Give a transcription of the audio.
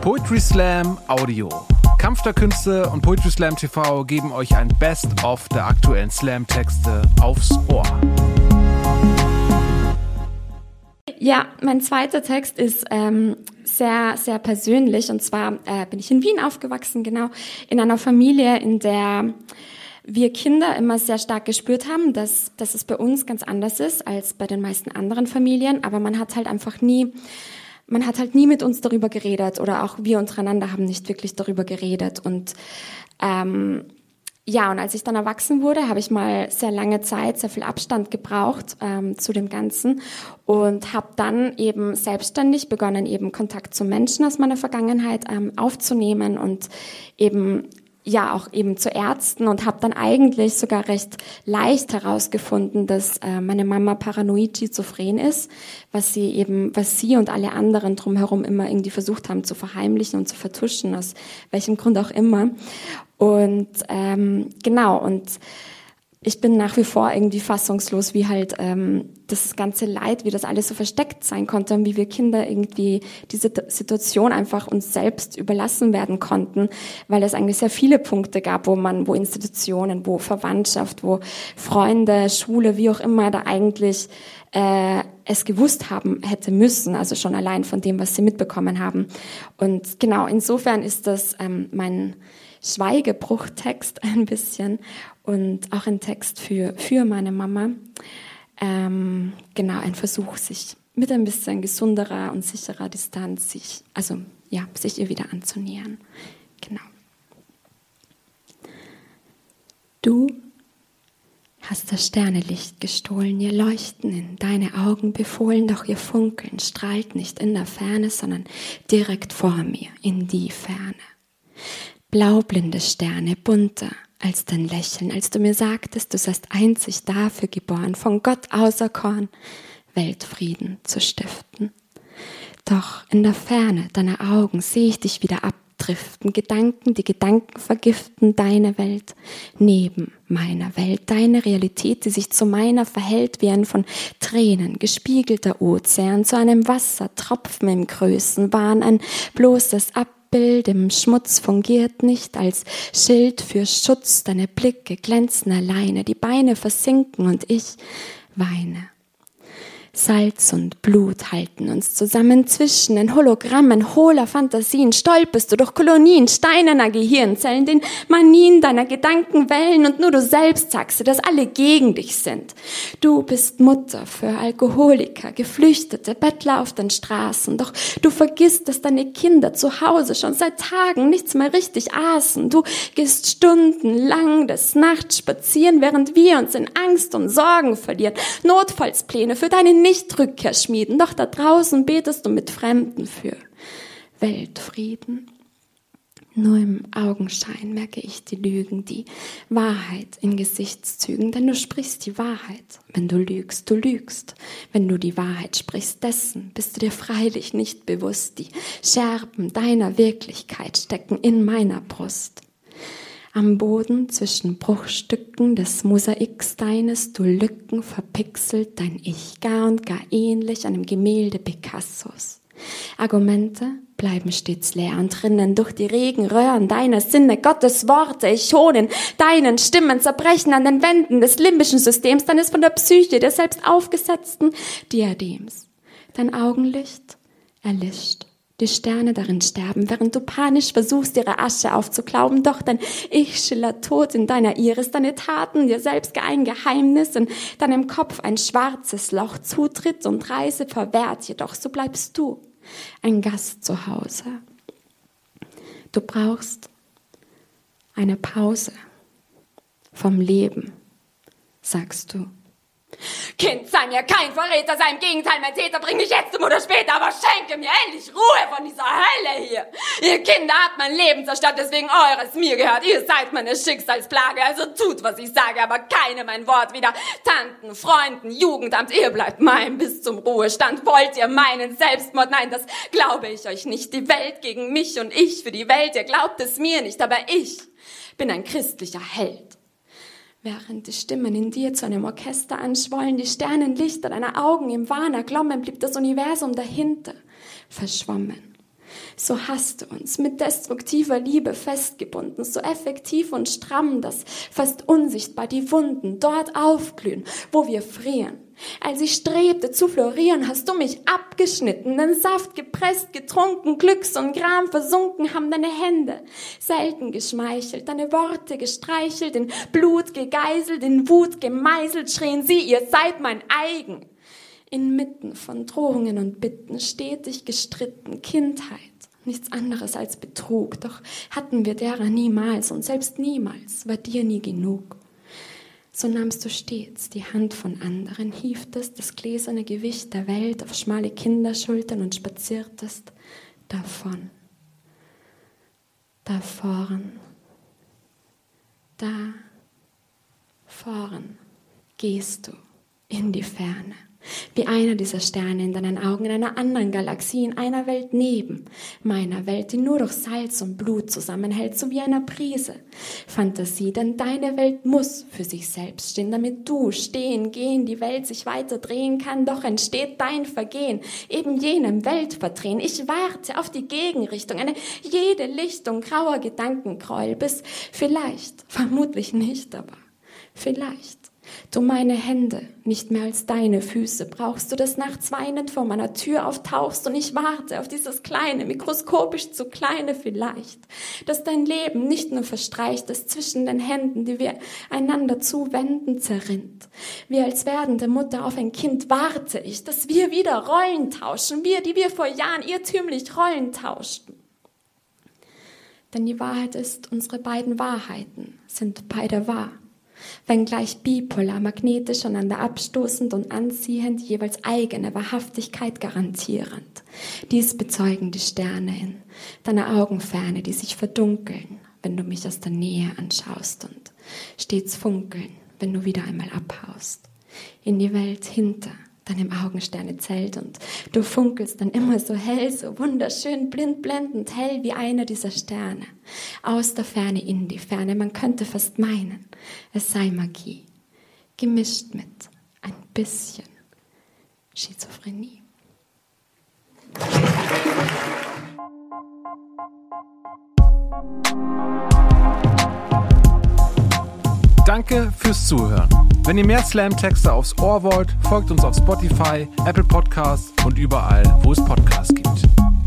Poetry Slam Audio. Kampf der Künste und Poetry Slam TV geben euch ein Best-of der aktuellen Slam-Texte aufs Ohr. Ja, mein zweiter Text ist sehr, sehr persönlich. Und zwar bin ich in Wien aufgewachsen, genau, in einer Familie, in der wir Kinder immer sehr stark gespürt haben, dass es bei uns ganz anders ist als bei den meisten anderen Familien. Aber man hat halt nie mit uns darüber geredet oder auch wir untereinander haben nicht wirklich darüber geredet. Und und als ich dann erwachsen wurde, habe ich mal sehr lange Zeit, sehr viel Abstand gebraucht zu dem Ganzen und habe dann eben selbstständig begonnen, eben Kontakt zu Menschen aus meiner Vergangenheit aufzunehmen und auch eben zu Ärzten und habe dann eigentlich sogar recht leicht herausgefunden, dass meine Mama paranoid schizophren ist, was sie und alle anderen drumherum immer irgendwie versucht haben zu verheimlichen und zu vertuschen, aus welchem Grund auch immer. Und und ich bin nach wie vor irgendwie fassungslos, wie halt das ganze Leid, wie das alles so versteckt sein konnte und wie wir Kinder irgendwie diese Situation einfach uns selbst überlassen werden konnten, weil es eigentlich sehr viele Punkte gab, wo Institutionen, wo Verwandtschaft, wo Freunde, Schule, wie auch immer, da eigentlich es gewusst haben hätte müssen, also schon allein von dem, was sie mitbekommen haben. Und genau, insofern ist das mein Schweigebruchtext ein bisschen und auch ein Text für meine Mama. Ein Versuch, sich mit ein bisschen gesunderer und sicherer Distanz sich ihr wieder anzunähern. Genau. Du hast das Sternelicht gestohlen, ihr Leuchten in deine Augen befohlen, doch ihr Funkeln strahlt nicht in der Ferne, sondern direkt vor mir in die Ferne. Blaublinde Sterne, bunter als dein Lächeln, als du mir sagtest, du seist einzig dafür geboren, von Gott auserkoren, Weltfrieden zu stiften. Doch in der Ferne deiner Augen sehe ich dich wieder abdriften, Gedanken, die Gedanken vergiften, deine Welt neben meiner Welt, deine Realität, die sich zu meiner verhält wie ein von Tränen gespiegelter Ozean, zu einem Wassertropfen im Größenwahn, ein bloßes Bild im Schmutz fungiert nicht als Schild für Schutz, deine Blicke glänzen alleine, die Beine versinken und ich weine. Salz und Blut halten uns zusammen zwischen den Hologrammen hohler Fantasien, stolperst du durch Kolonien steinerner Gehirnzellen, den Manien deiner Gedankenwellen und nur du selbst sagst dir, dass alle gegen dich sind. Du bist Mutter für Alkoholiker, Geflüchtete, Bettler auf den Straßen, doch du vergisst, dass deine Kinder zu Hause schon seit Tagen nichts mehr richtig aßen. Du gehst stundenlang des Nachts spazieren, während wir uns in Angst und Sorgen verlieren, Notfallspläne für deine Nicht-Rückkehr schmieden, doch da draußen betest du mit Fremden für Weltfrieden. Nur im Augenschein merke ich die Lügen, die Wahrheit in Gesichtszügen, denn du sprichst die Wahrheit. Wenn du lügst, du lügst. Wenn du die Wahrheit sprichst, dessen bist du dir freilich nicht bewusst. Die Scherben deiner Wirklichkeit stecken in meiner Brust. Am Boden zwischen Bruchstücken des Mosaiks deines du Lücken verpixelt, dein Ich gar und gar ähnlich einem Gemälde Picassos. Argumente bleiben stets leer und rinnen durch die regen Röhren deiner Sinne. Gottes Worte echonen deinen Stimmen, zerbrechen an den Wänden des limbischen Systems, deines von der Psyche der selbst aufgesetzten Diadems. Dein Augenlicht erlischt. Die Sterne darin sterben, während du panisch versuchst, ihre Asche aufzuklauben. Doch dein Ich schillert tot in deiner Iris, deine Taten, dir selbst ein Geheimnis, in deinem Kopf ein schwarzes Loch, Zutritt und Reise verwehrt, jedoch so bleibst du ein Gast zu Hause. Du brauchst eine Pause vom Leben, sagst du. Kind, sei mir kein Verräter, sei im Gegenteil mein Täter, bring mich jetzt oder später, aber schenke mir endlich Ruhe von dieser Hölle hier. Ihr Kinder habt mein Leben zerstört, deswegen eures mir gehört. Ihr seid meine Schicksalsplage, also tut, was ich sage, aber keine mein Wort wieder. Tanten, Freunden, Jugendamt, ihr bleibt mein bis zum Ruhestand. Wollt ihr meinen Selbstmord? Nein, das glaube ich euch nicht. Die Welt gegen mich und ich für die Welt, ihr glaubt es mir nicht, aber ich bin ein christlicher Held. Während die Stimmen in dir zu einem Orchester anschwollen, die Sternenlichter deiner Augen im Wahn erglommen, blieb das Universum dahinter verschwommen. So hast du uns mit destruktiver Liebe festgebunden, so effektiv und stramm, dass fast unsichtbar die Wunden dort aufglühen, wo wir frieren. Als ich strebte zu florieren, hast du mich abgeschnitten, den Saft gepresst, getrunken, Glücks und Gram versunken haben deine Hände. Selten geschmeichelt, deine Worte gestreichelt, in Blut gegeißelt, in Wut gemeißelt, schrien sie, ihr seid mein eigen. Inmitten von Drohungen und Bitten, stetig gestritten, Kindheit, nichts anderes als Betrug, doch hatten wir derer niemals und selbst niemals war dir nie genug. So nahmst du stets die Hand von anderen, hieftest das gläserne Gewicht der Welt auf schmale Kinderschultern und spaziertest davon. Da vorn gehst du in die Ferne. Wie einer dieser Sterne in deinen Augen in einer anderen Galaxie, in einer Welt neben meiner Welt, die nur durch Salz und Blut zusammenhält, so wie einer Prise Fantasie. Denn deine Welt muss für sich selbst stehen, damit du stehen, gehen, die Welt sich weiter drehen kann. Doch entsteht dein Vergehen, eben jenem Weltverdrehen. Ich warte auf die Gegenrichtung, eine jede Lichtung grauer Gedankengräuel, bis vielleicht, vermutlich nicht, aber vielleicht, du meine Hände nicht mehr als deine Füße brauchst, du das nachts weinend vor meiner Tür auftauchst und ich warte auf dieses kleine, mikroskopisch zu kleine vielleicht, dass dein Leben nicht nur verstreicht, das zwischen den Händen, die wir einander zuwenden, zerrinnt. Wie als werdende Mutter auf ein Kind warte ich, dass wir wieder Rollen tauschen, wir, die wir vor Jahren irrtümlich Rollen tauschten. Denn die Wahrheit ist, unsere beiden Wahrheiten sind beide wahr. Wenngleich bipolar, magnetisch einander abstoßend und anziehend, jeweils eigene Wahrhaftigkeit garantierend. Dies bezeugen die Sterne in deiner Augenferne, die sich verdunkeln, wenn du mich aus der Nähe anschaust und stets funkeln, wenn du wieder einmal abhaust. In die Welt hinter deinem Augensternezelt und du funkelst dann immer so hell, so wunderschön, blendend hell wie einer dieser Sterne. Aus der Ferne in die Ferne, man könnte fast meinen, es sei Magie, gemischt mit ein bisschen Schizophrenie. Danke fürs Zuhören. Wenn ihr mehr Slam-Texte aufs Ohr wollt, folgt uns auf Spotify, Apple Podcasts und überall, wo es Podcasts gibt.